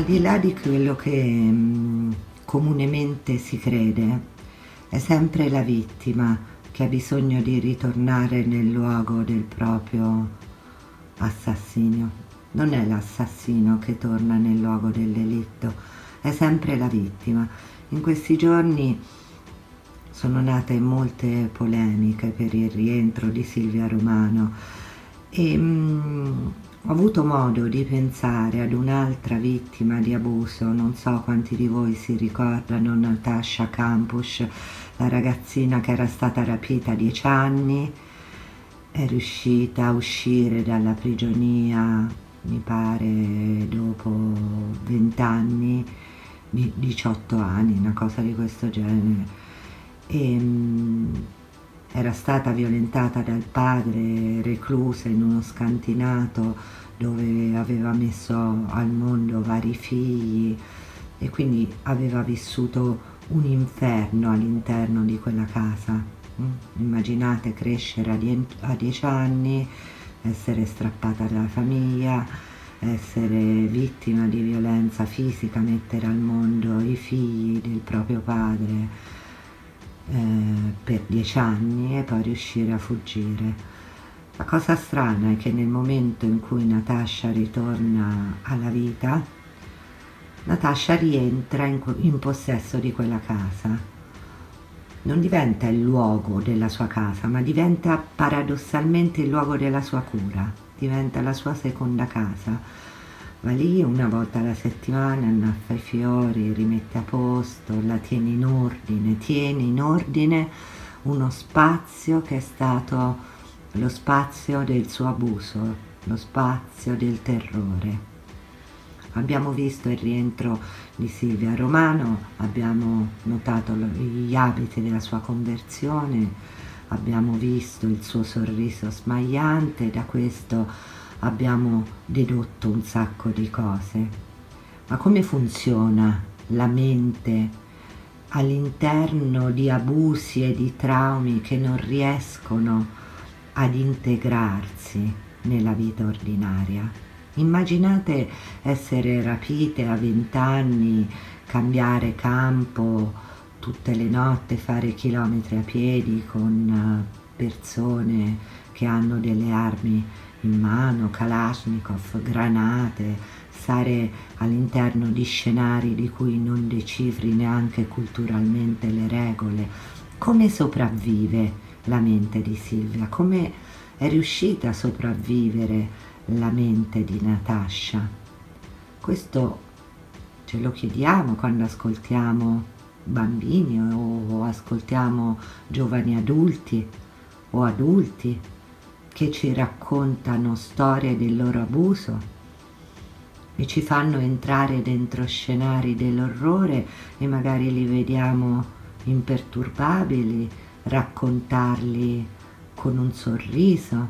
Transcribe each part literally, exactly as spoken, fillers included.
Al di là di quello che mh, comunemente si crede, è sempre la vittima che ha bisogno di ritornare nel luogo del proprio assassinio. Non è l'assassino che torna nel luogo del delitto, è sempre la vittima. In questi giorni sono nate molte polemiche per il rientro di Silvia Romano e mh, ho avuto modo di pensare ad un'altra vittima di abuso. Non so quanti di voi si ricordano Natasha Kampusch, la ragazzina che era stata rapita a dieci anni, è riuscita a uscire dalla prigionia, mi pare dopo venti anni, diciotto anni, una cosa di questo genere. E, mh, era stata violentata dal padre, reclusa in uno scantinato dove aveva messo al mondo vari figli e quindi aveva vissuto un inferno all'interno di quella casa. Immaginate crescere a, die- a dieci anni, essere strappata dalla famiglia, essere vittima di violenza fisica, mettere al mondo i figli del proprio padre Eh, per dieci anni e poi riuscire a fuggire. La cosa strana è che nel momento in cui Natasha ritorna alla vita, Natasha rientra in, in possesso di quella casa. Non diventa il luogo della sua casa, ma diventa paradossalmente il luogo della sua cura, diventa la sua seconda casa. Va lì una volta alla settimana, annaffa i fiori, rimette a posto, la tiene in ordine, tiene in ordine uno spazio che è stato lo spazio del suo abuso, lo spazio del terrore. Abbiamo visto il rientro di Silvia Romano, abbiamo notato gli abiti della sua conversione, abbiamo visto il suo sorriso smagliante, da questo abbiamo dedotto un sacco di cose. Ma come funziona la mente all'interno di abusi e di traumi che non riescono ad integrarsi nella vita ordinaria? Immaginate essere rapite a vent'anni, cambiare campo tutte le notti, fare chilometri a piedi con persone che hanno delle armi in mano, Kalashnikov, granate, stare all'interno di scenari di cui non decifri neanche culturalmente le regole. Come sopravvive la mente di Silvia? Come è riuscita a sopravvivere la mente di Natasha? Questo ce lo chiediamo quando ascoltiamo bambini o ascoltiamo giovani adulti o adulti che ci raccontano storie del loro abuso e ci fanno entrare dentro scenari dell'orrore e magari li vediamo imperturbabili, raccontarli con un sorriso.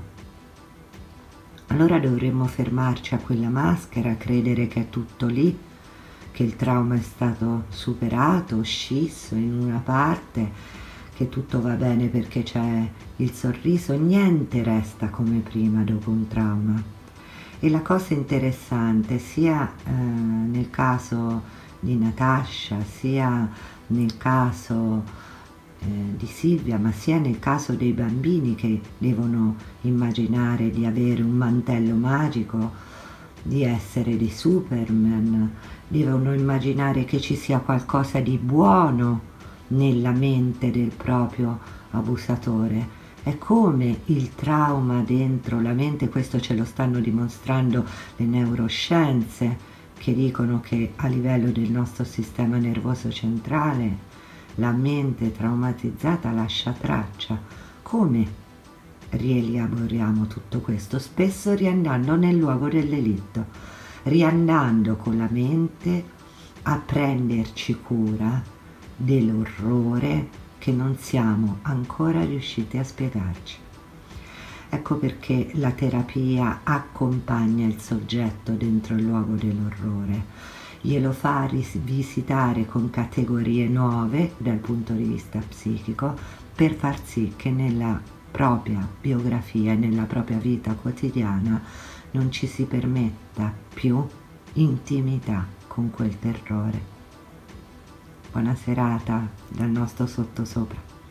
Allora dovremmo fermarci a quella maschera, credere che è tutto lì, che il trauma è stato superato, scisso in una parte, che tutto va bene perché c'è il sorriso. Niente resta come prima dopo un trauma. E la cosa interessante, sia eh, nel caso di Natasha, sia nel caso eh, di Silvia, ma sia nel caso dei bambini che devono immaginare di avere un mantello magico, di essere dei Superman, devono immaginare che ci sia qualcosa di buono nella mente del proprio abusatore. È come il trauma dentro la mente, questo ce lo stanno dimostrando le neuroscienze, che dicono che a livello del nostro sistema nervoso centrale la mente traumatizzata lascia traccia. Come rielaboriamo tutto questo? Spesso riandando nel luogo del delitto, riandando con la mente a prenderci cura dell'orrore che non siamo ancora riusciti a spiegarci. Ecco perché la terapia accompagna il soggetto dentro il luogo dell'orrore, glielo fa rivisitare con categorie nuove dal punto di vista psichico per far sì che nella propria biografia e nella propria vita quotidiana non ci si permetta più intimità con quel terrore. Buona serata dal nostro sottosopra.